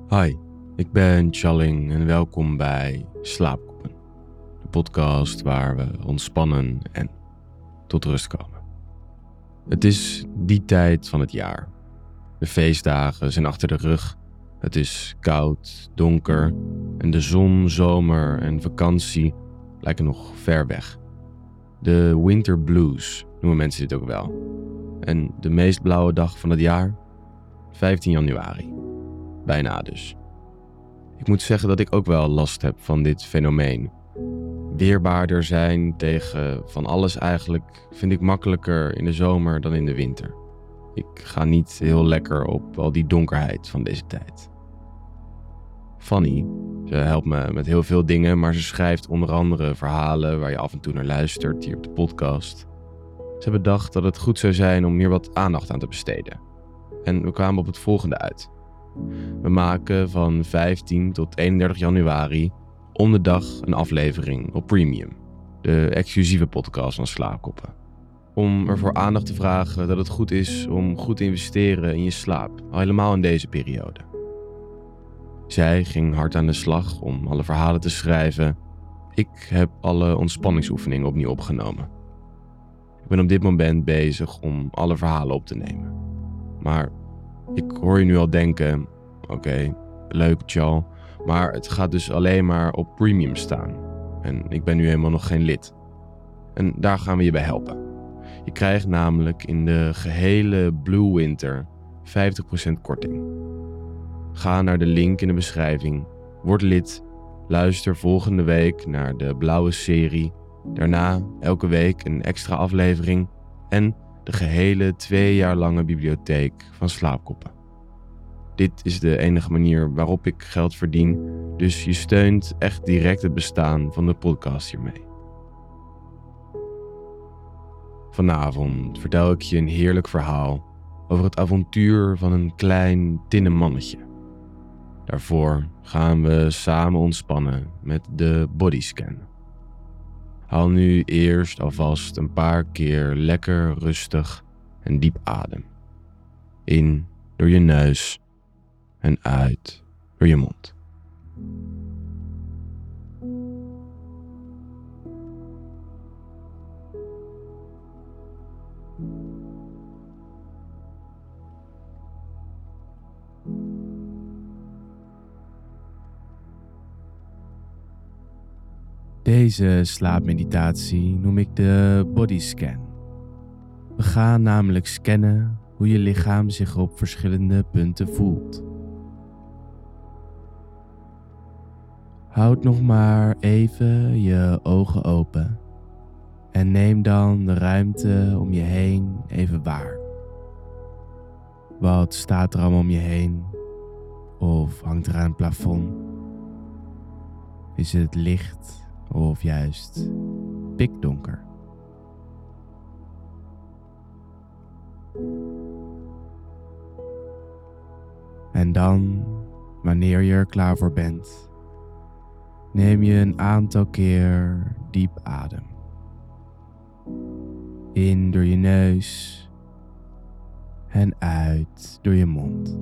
Hi, ik ben Challing en welkom bij Slaapkoppen. De podcast waar we ontspannen en tot rust komen. Het is die tijd van het jaar. De feestdagen zijn achter de rug. Het is koud, donker en de zon, zomer en vakantie lijken nog ver weg. De winter blues noemen mensen dit ook wel. En de meest blauwe dag van het jaar? 15 januari. Bijna dus. Ik moet zeggen dat ik ook wel last heb van dit fenomeen. Weerbaarder zijn tegen van alles eigenlijk vind ik makkelijker in de zomer dan in de winter. Ik ga niet heel lekker op al die donkerheid van deze tijd. Fanny, ze helpt me met heel veel dingen, maar ze schrijft onder andere verhalen waar je af en toe naar luistert hier op de podcast. Ze bedacht dat het goed zou zijn om hier wat aandacht aan te besteden. En we kwamen op het volgende uit. We maken van 15 tot 31 januari om de dag een aflevering op Premium, de exclusieve podcast van Slaapkoppen. Om ervoor aandacht te vragen dat het goed is om goed te investeren in je slaap, al helemaal in deze periode. Zij ging hard aan de slag om alle verhalen te schrijven. Ik heb alle ontspanningsoefeningen opnieuw opgenomen. Ik ben op dit moment bezig om alle verhalen op te nemen. Maar ik hoor je nu al denken, oké, leuk Chal, maar het gaat dus alleen maar op Premium staan. En ik ben nu helemaal nog geen lid. En daar gaan we je bij helpen. Je krijgt namelijk in de gehele Blue Winter 50% korting. Ga naar de link in de beschrijving, word lid, luister volgende week naar de blauwe serie, daarna elke week een extra aflevering en de gehele 2 jaar lange bibliotheek van Slaapkoppen. Dit is de enige manier waarop ik geld verdien, dus je steunt echt direct het bestaan van de podcast hiermee. Vanavond vertel ik je een heerlijk verhaal over het avontuur van een klein tinnen mannetje. Daarvoor gaan we samen ontspannen met de bodyscan. Haal nu eerst alvast een paar keer lekker rustig en diep adem. In door je neus en uit door je mond. Deze slaapmeditatie noem ik de bodyscan. We gaan namelijk scannen hoe je lichaam zich op verschillende punten voelt. Houd nog maar even je ogen open en neem dan de ruimte om je heen even waar. Wat staat er allemaal om je heen? Of hangt er aan het plafond? Is het licht of juist pikdonker? En dan, wanneer je er klaar voor bent, neem je een aantal keer diep adem. In door je neus en uit door je mond.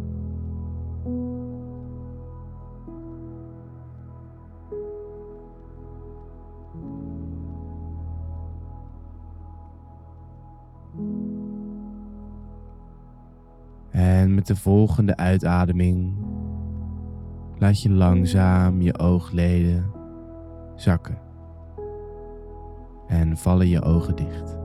En met de volgende uitademing laat je langzaam je oogleden zakken en vallen je ogen dicht.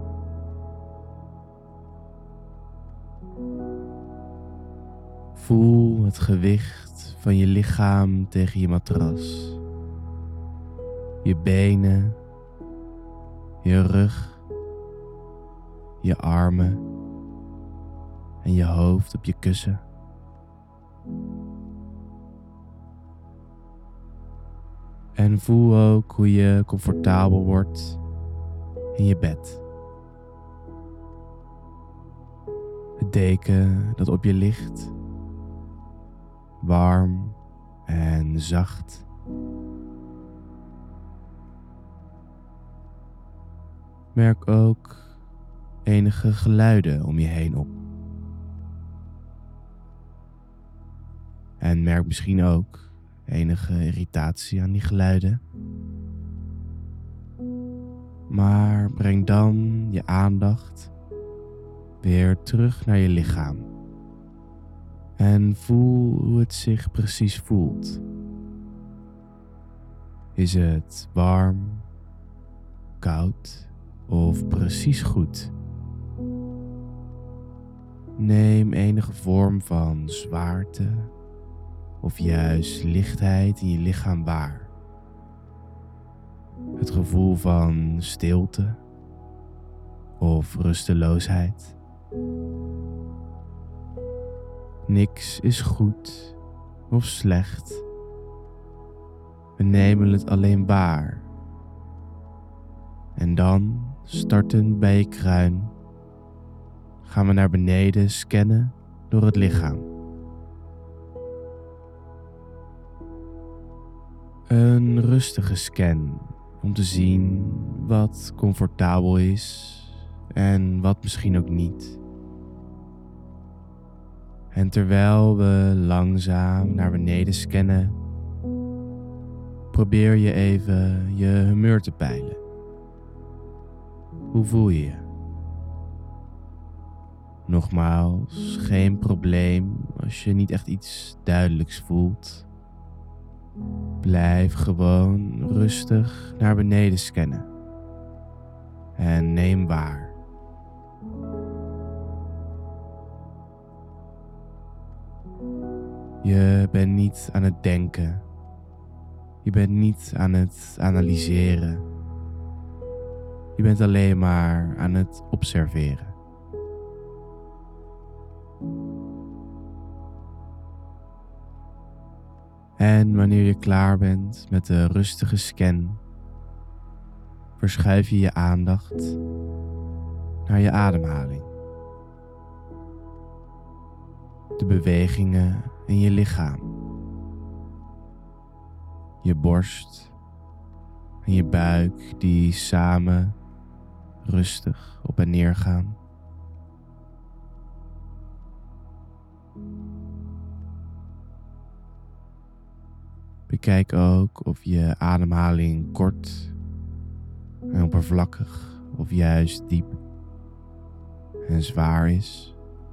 Voel het gewicht van je lichaam tegen je matras, je benen, je rug, je armen en je hoofd op je kussen. En voel ook hoe je comfortabel wordt in je bed. Het deken dat op je ligt, warm en zacht. Merk ook enige geluiden om je heen op. En merk misschien ook enige irritatie aan die geluiden. Maar breng dan je aandacht weer terug naar je lichaam. En voel hoe het zich precies voelt. Is het warm, koud of precies goed? Neem enige vorm van zwaarte of juist lichtheid in je lichaam waar. Het gevoel van stilte of rusteloosheid. Niks is goed of slecht. We nemen het alleen waar. En dan, startend bij je kruin, gaan we naar beneden scannen door het lichaam. Een rustige scan om te zien wat comfortabel is en wat misschien ook niet. En terwijl we langzaam naar beneden scannen, probeer je even je humeur te peilen. Hoe voel je je? Nogmaals, geen probleem als je niet echt iets duidelijks voelt. Blijf gewoon rustig naar beneden scannen. En neem waar. Je bent niet aan het denken. Je bent niet aan het analyseren. Je bent alleen maar aan het observeren. En wanneer je klaar bent met de rustige scan, verschuif je je aandacht naar je ademhaling. De bewegingen in je lichaam. Je borst en je buik die samen rustig op en neer gaan. Bekijk ook of je ademhaling kort en oppervlakkig of juist diep en zwaar is.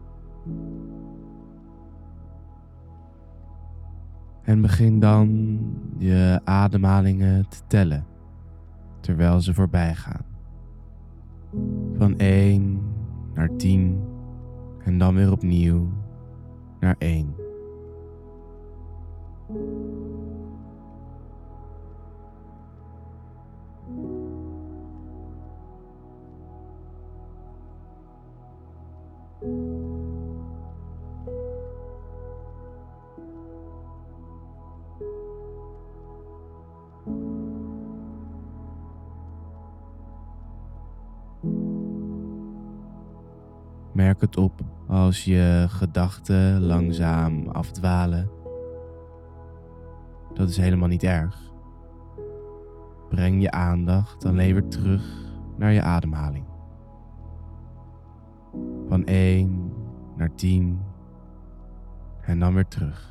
En begin dan je ademhalingen te tellen terwijl ze voorbij gaan. Van 1 naar 10 en dan weer opnieuw naar 1. Merk het op als je gedachten langzaam afdwalen. Dat is helemaal niet erg. Breng je aandacht alleen weer terug naar je ademhaling. Van 1 naar 10 en dan weer terug.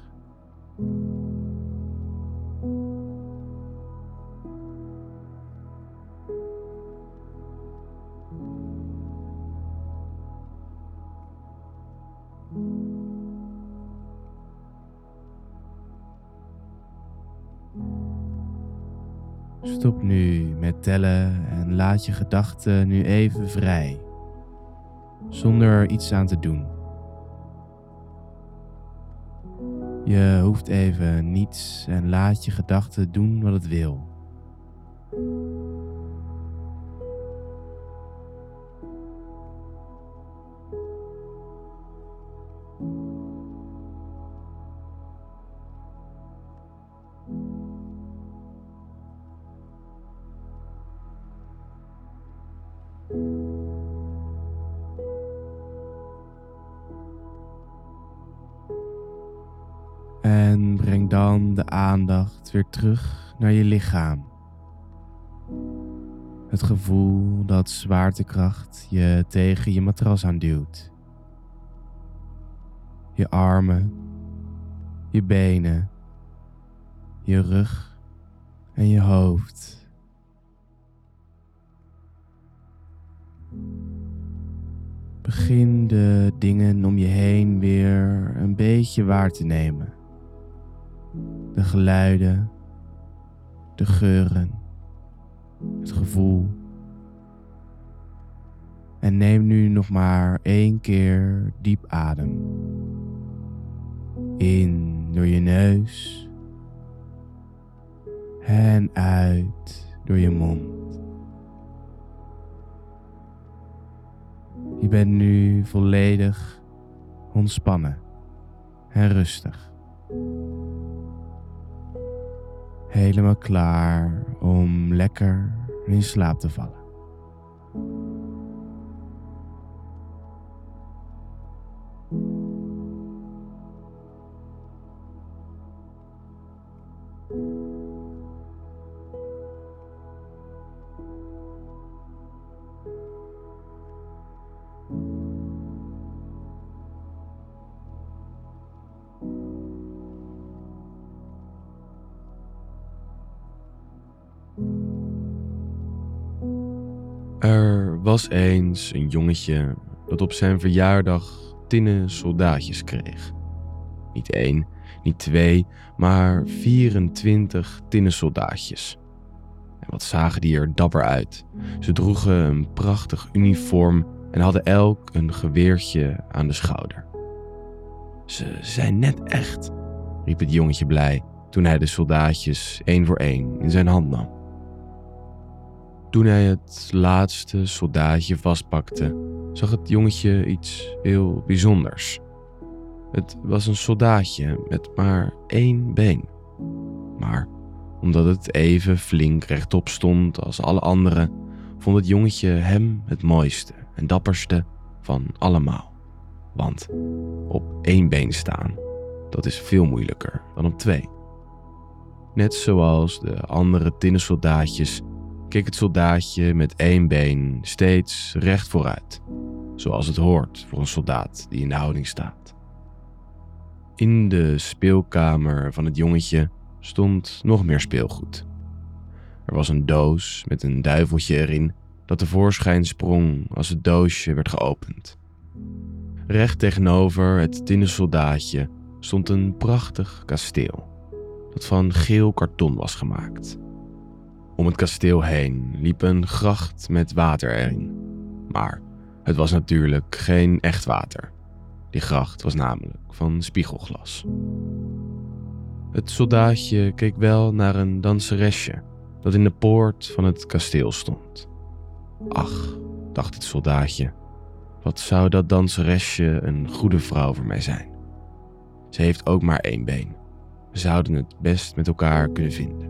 Stop nu met tellen en laat je gedachten nu even vrij, zonder er iets aan te doen. Je hoeft even niets en laat je gedachten doen wat het wil. En breng dan de aandacht weer terug naar je lichaam. Het gevoel dat zwaartekracht je tegen je matras aanduwt. Je armen, je benen, je rug en je hoofd. Begin de dingen om je heen weer een beetje waar te nemen. De geluiden, de geuren, het gevoel. En neem nu nog maar 1 keer diep adem. In door je neus en uit door je mond. Je bent nu volledig ontspannen en rustig. Helemaal klaar om lekker in slaap te vallen. Er was eens een jongetje dat op zijn verjaardag tinnen soldaatjes kreeg. Niet 1, niet 2, maar 24 tinnen soldaatjes. En wat zagen die er dapper uit. Ze droegen een prachtig uniform en hadden elk een geweertje aan de schouder. Ze zijn net echt, riep het jongetje blij toen hij de soldaatjes 1 voor 1 in zijn hand nam. Toen hij het laatste soldaatje vastpakte, zag het jongetje iets heel bijzonders. Het was een soldaatje met maar 1 been. Maar omdat het even flink rechtop stond als alle anderen, vond het jongetje hem het mooiste en dapperste van allemaal. Want op 1 been staan, dat is veel moeilijker dan op 2. Net zoals de andere tinnen soldaatjes keek het soldaatje met 1 been steeds recht vooruit, zoals het hoort voor een soldaat die in de houding staat. In de speelkamer van het jongetje stond nog meer speelgoed. Er was een doos met een duiveltje erin dat tevoorschijn sprong als het doosje werd geopend. Recht tegenover het tinnen soldaatje stond een prachtig kasteel dat van geel karton was gemaakt. Om het kasteel heen liep een gracht met water erin. Maar het was natuurlijk geen echt water. Die gracht was namelijk van spiegelglas. Het soldaatje keek wel naar een danseresje dat in de poort van het kasteel stond. Ach, dacht het soldaatje, wat zou dat danseresje een goede vrouw voor mij zijn. Ze heeft ook maar 1 been. We zouden het best met elkaar kunnen vinden.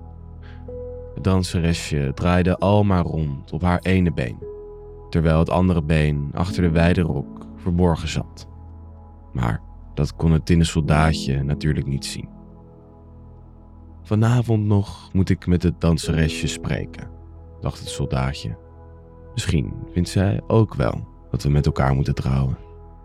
Het danseresje draaide al maar rond op haar ene been, terwijl het andere been achter de wijde rok verborgen zat. Maar dat kon het tinnen soldaatje natuurlijk niet zien. Vanavond nog moet ik met het danseresje spreken, dacht het soldaatje. Misschien vindt zij ook wel dat we met elkaar moeten trouwen.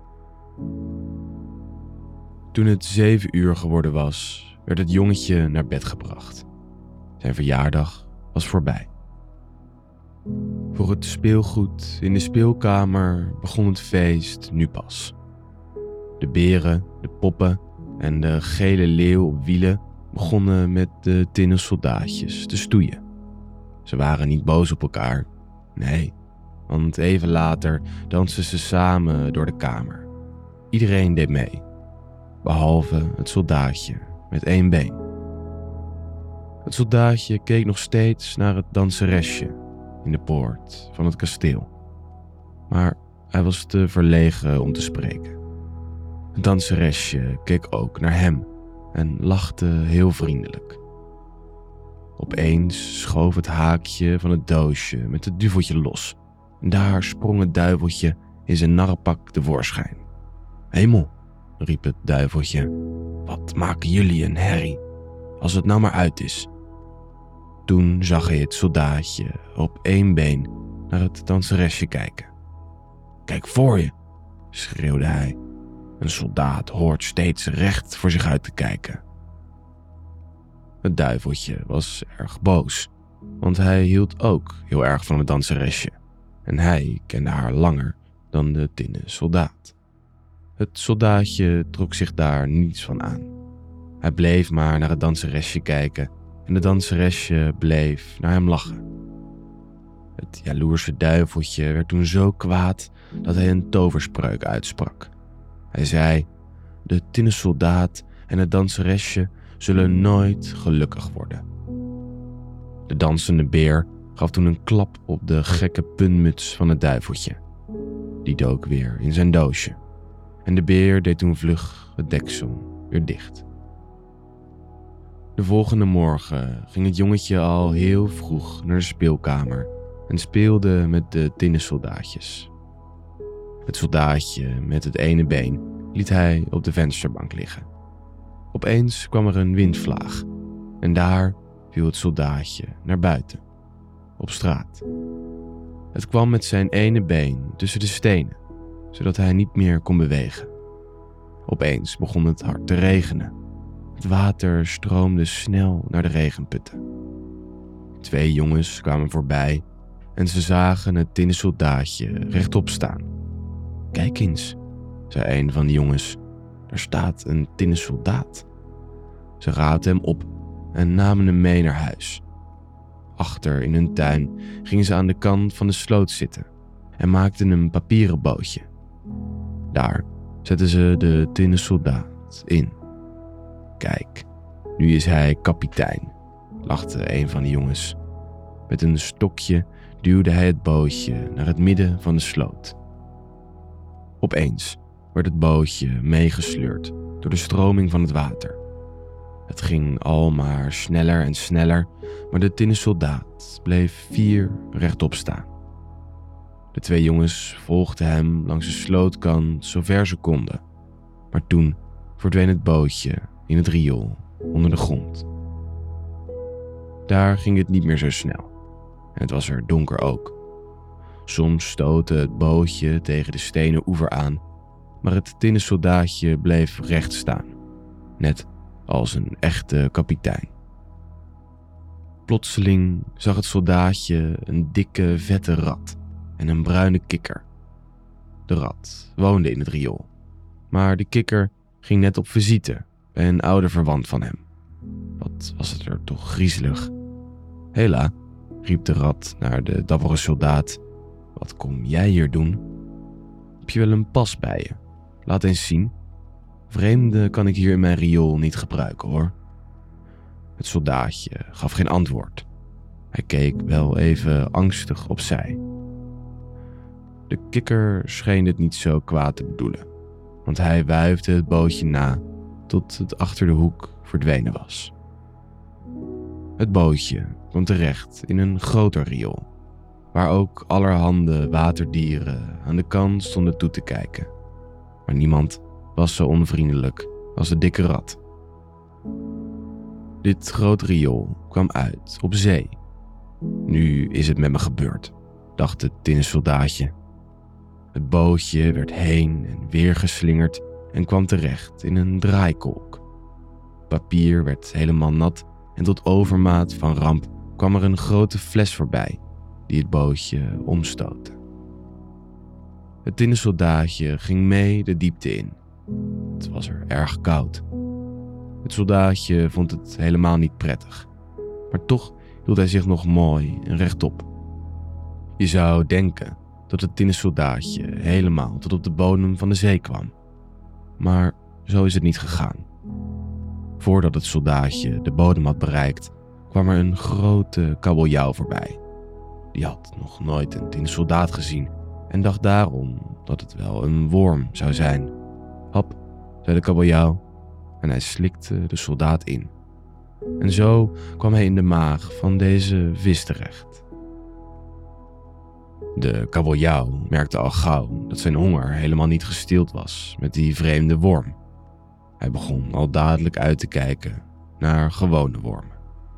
Toen het 7 uur geworden was, werd het jongetje naar bed gebracht. Zijn verjaardag was voorbij. Voor het speelgoed in de speelkamer begon het feest nu pas. De beren, de poppen en de gele leeuw op wielen begonnen met de tinnen soldaatjes te stoeien. Ze waren niet boos op elkaar, nee, want even later dansten ze samen door de kamer. Iedereen deed mee, behalve het soldaatje met 1 been. Het soldaatje keek nog steeds naar het danseresje in de poort van het kasteel. Maar hij was te verlegen om te spreken. Het danseresje keek ook naar hem en lachte heel vriendelijk. Opeens schoof het haakje van het doosje met het duveltje los. En daar sprong het duiveltje in zijn narrenpak tevoorschijn. Hemel, riep het duiveltje, wat maken jullie een herrie, als het nou maar uit is. Toen zag hij het soldaatje op 1 been naar het danseresje kijken. Kijk voor je, schreeuwde hij. Een soldaat hoort steeds recht voor zich uit te kijken. Het duiveltje was erg boos, want hij hield ook heel erg van het danseresje en hij kende haar langer dan de tinnen soldaat. Het soldaatje trok zich daar niets van aan. Hij bleef maar naar het danseresje kijken en de danseresje bleef naar hem lachen. Het jaloerse duiveltje werd toen zo kwaad dat hij een toverspreuk uitsprak. Hij zei: de tinnen soldaat en het danseresje zullen nooit gelukkig worden. De dansende beer gaf toen een klap op de gekke puntmuts van het duiveltje. Die dook weer in zijn doosje en de beer deed toen vlug het deksel weer dicht. De volgende morgen ging het jongetje al heel vroeg naar de speelkamer en speelde met de tinnen soldaatjes. Het soldaatje met het ene been liet hij op de vensterbank liggen. Opeens kwam er een windvlaag en daar viel het soldaatje naar buiten, op straat. Het kwam met zijn ene been tussen de stenen, zodat hij niet meer kon bewegen. Opeens begon het hard te regenen. Het water stroomde snel naar de regenputten. 2 jongens kwamen voorbij en ze zagen het tinnen soldaatje rechtop staan. Kijk eens, zei een van de jongens, daar staat een tinnen soldaat. Ze raapten hem op en namen hem mee naar huis. Achter in hun tuin gingen ze aan de kant van de sloot zitten en maakten een papieren bootje. Daar zetten ze de tinnen soldaat in. Kijk, nu is hij kapitein, lachte een van de jongens. Met een stokje duwde hij het bootje naar het midden van de sloot. Opeens werd het bootje meegesleurd door de stroming van het water. Het ging al maar sneller en sneller, maar de tinnen soldaat bleef fier rechtop staan. De 2 jongens volgden hem langs de slootkant zover ze konden, maar toen verdween het bootje in het riool onder de grond. Daar ging het niet meer zo snel en het was er donker ook. Soms stootte het bootje tegen de stenen oever aan, maar het tinnen soldaatje bleef recht staan, net als een echte kapitein. Plotseling zag het soldaatje een dikke, vette rat en een bruine kikker. De rat woonde in het riool, maar de kikker ging net op visite bij een oude verwant van hem. Wat was het er toch griezelig. Hela, riep de rat naar de dappere soldaat, wat kom jij hier doen? Heb je wel een pas bij je? Laat eens zien. Vreemden kan ik hier in mijn riool niet gebruiken, hoor. Het soldaatje gaf geen antwoord. Hij keek wel even angstig opzij. De kikker scheen het niet zo kwaad te bedoelen, want hij wuifde het bootje na tot het achter de hoek verdwenen was. Het bootje kwam terecht in een groter riool, waar ook allerhande waterdieren aan de kant stonden toe te kijken. Maar niemand was zo onvriendelijk als de dikke rat. Dit grote riool kwam uit op zee. Nu is het met me gebeurd, dacht het tinnen soldaatje. Het bootje werd heen en weer geslingerd en kwam terecht in een draaikolk. Papier werd helemaal nat en tot overmaat van ramp kwam er een grote fles voorbij die het bootje omstootte. Het tinnen soldaatje ging mee de diepte in. Het was er erg koud. Het soldaatje vond het helemaal niet prettig, maar toch hield hij zich nog mooi en rechtop. Je zou denken dat het tinnen soldaatje helemaal tot op de bodem van de zee kwam, maar zo is het niet gegaan. Voordat het soldaatje de bodem had bereikt, kwam er een grote kabeljauw voorbij. Die had nog nooit een tinnen soldaat gezien en dacht daarom dat het wel een worm zou zijn. Hap, zei de kabeljauw en hij slikte de soldaat in. En zo kwam hij in de maag van deze vis terecht. De kabeljauw merkte al gauw dat zijn honger helemaal niet gestild was met die vreemde worm. Hij begon al dadelijk uit te kijken naar gewone wormen.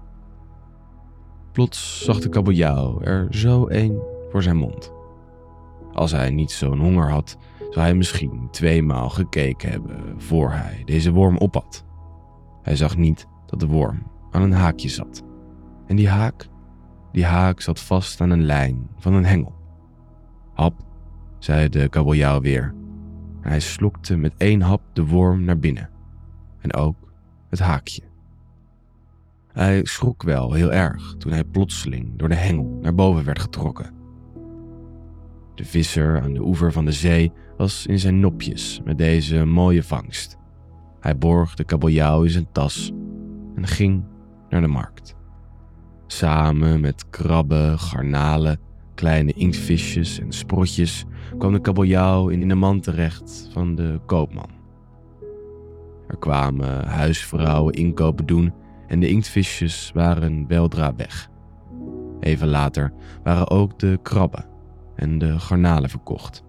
Plots zag de kabeljauw er zo een voor zijn mond. Als hij niet zo'n honger had, zou hij misschien 2 maal gekeken hebben voor hij deze worm ophad. Hij zag niet dat de worm aan een haakje zat. En die haak zat vast aan een lijn van een hengel. Hap, zei de kabeljauw weer. En hij slokte met 1 hap de worm naar binnen. En ook het haakje. Hij schrok wel heel erg toen hij plotseling door de hengel naar boven werd getrokken. De visser aan de oever van de zee was in zijn nopjes met deze mooie vangst. Hij borg de kabeljauw in zijn tas en ging naar de markt. Samen met krabben, garnalen, kleine inktvisjes en sprotjes kwam de kabeljauw in de mand terecht van de koopman. Er kwamen huisvrouwen inkopen doen en de inktvisjes waren weldra weg. Even later waren ook de krabben en de garnalen verkocht.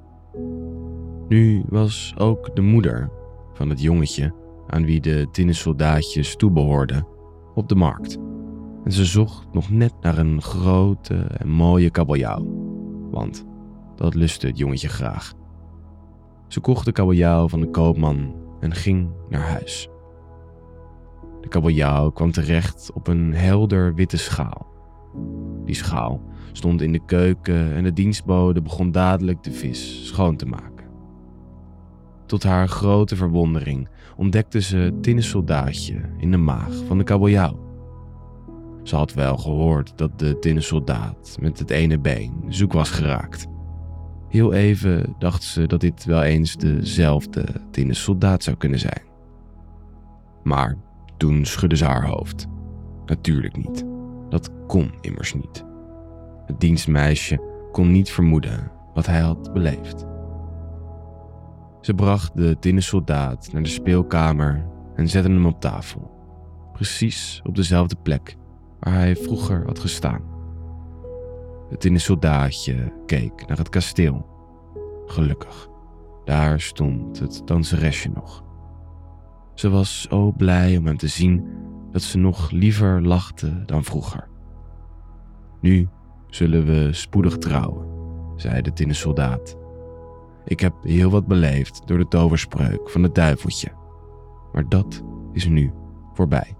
Nu was ook de moeder van het jongetje aan wie de tinnen soldaatjes toebehoorden op de markt. En ze zocht nog net naar een grote en mooie kabeljauw, want dat lustte het jongetje graag. Ze kocht de kabeljauw van de koopman en ging naar huis. De kabeljauw kwam terecht op een helder witte schaal. Die schaal stond in de keuken en de dienstbode begon dadelijk de vis schoon te maken. Tot haar grote verwondering ontdekte ze het tinnen soldaatje in de maag van de kabeljauw. Ze had wel gehoord dat de tinnen soldaat met het ene been zoek was geraakt. Heel even dacht ze dat dit wel eens dezelfde tinnen soldaat zou kunnen zijn. Maar toen schudde ze haar hoofd. Natuurlijk niet. Dat kon immers niet. Het dienstmeisje kon niet vermoeden wat hij had beleefd. Ze bracht de tinnen soldaat naar de speelkamer en zette hem op tafel. Precies op dezelfde plek waar hij vroeger had gestaan. Het tinnen soldaatje keek naar het kasteel. Gelukkig, daar stond het danseresje nog. Ze was zo blij om hem te zien dat ze nog liever lachte dan vroeger. Nu zullen we spoedig trouwen, zei de tinnen soldaat. Ik heb heel wat beleefd door de toverspreuk van het duiveltje, maar dat is nu voorbij.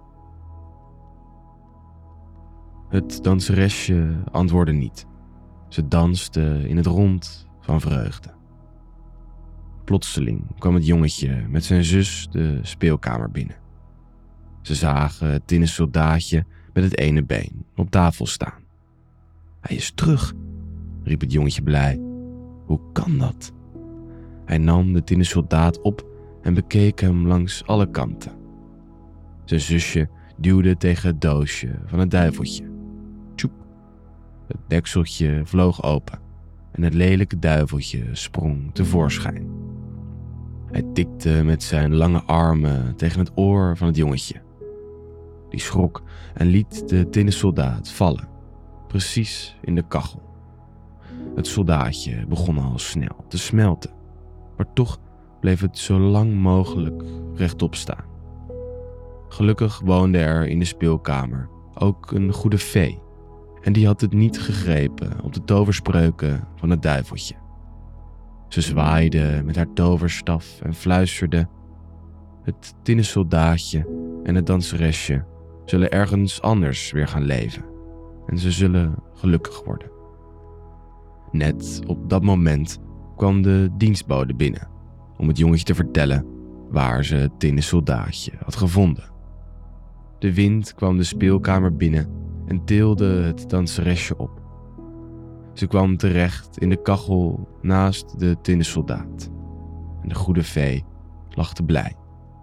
Het danseresje antwoordde niet. Ze danste in het rond van vreugde. Plotseling kwam het jongetje met zijn zus de speelkamer binnen. Ze zagen het tinnen soldaatje met het ene been op tafel staan. Hij is terug, riep het jongetje blij. Hoe kan dat? Hij nam de tinnen soldaat op en bekeek hem langs alle kanten. Zijn zusje duwde tegen het doosje van het duiveltje. Tjoep! Het dekseltje vloog open en het lelijke duiveltje sprong tevoorschijn. Hij tikte met zijn lange armen tegen het oor van het jongetje. Die schrok en liet de tinnen soldaat vallen, precies in de kachel. Het soldaatje begon al snel te smelten, maar toch bleef het zo lang mogelijk rechtop staan. Gelukkig woonde er in de speelkamer ook een goede fee en die had het niet gegrepen op de toverspreuken van het duiveltje. Ze zwaaide met haar toverstaf en fluisterde: het tinnen soldaatje en het danseresje zullen ergens anders weer gaan leven en ze zullen gelukkig worden. Net op dat moment kwam de dienstbode binnen om het jongetje te vertellen waar ze het tinnen soldaatje had gevonden. De wind kwam de speelkamer binnen en tilde het danseresje op. Ze kwam terecht in de kachel naast de tinnen soldaat en de goede vee lachte blij.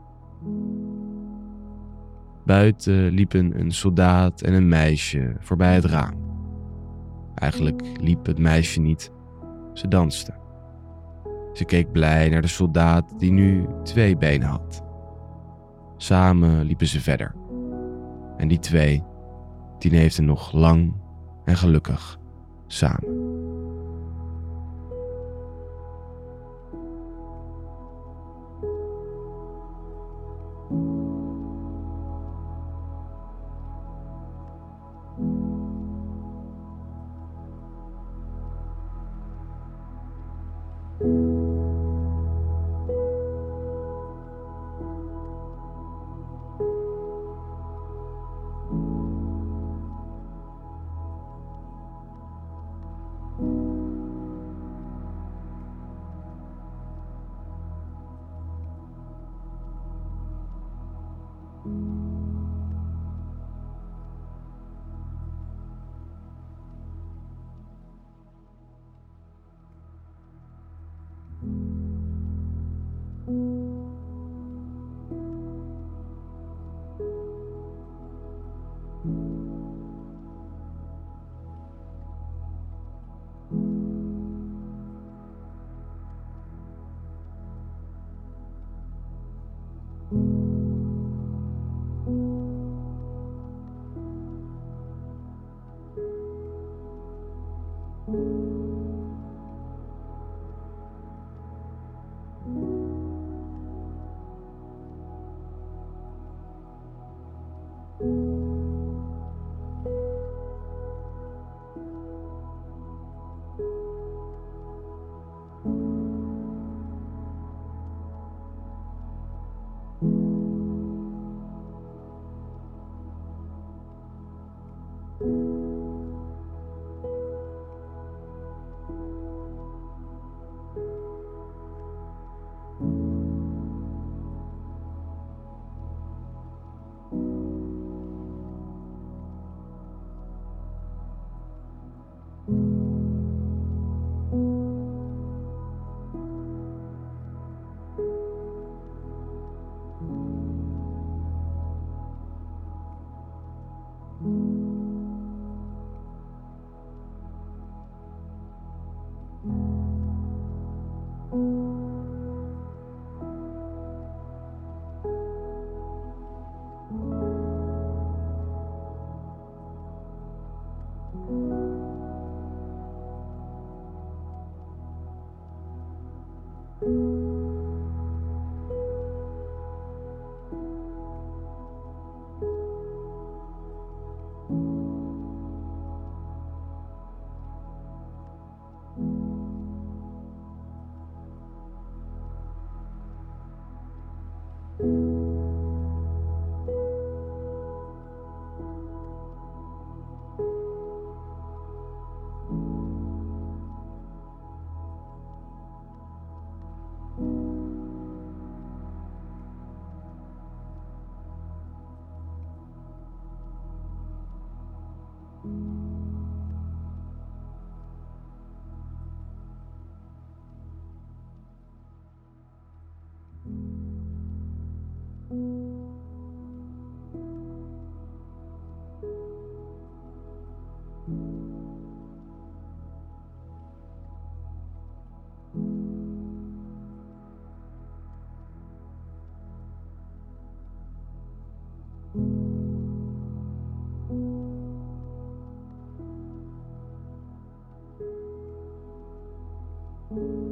Buiten liepen een soldaat en een meisje voorbij het raam. Eigenlijk liep het meisje niet, ze danste. Ze keek blij naar de soldaat die nu 2 benen had. Samen liepen ze verder. En die 2, die leefden nog lang en gelukkig samen. Thank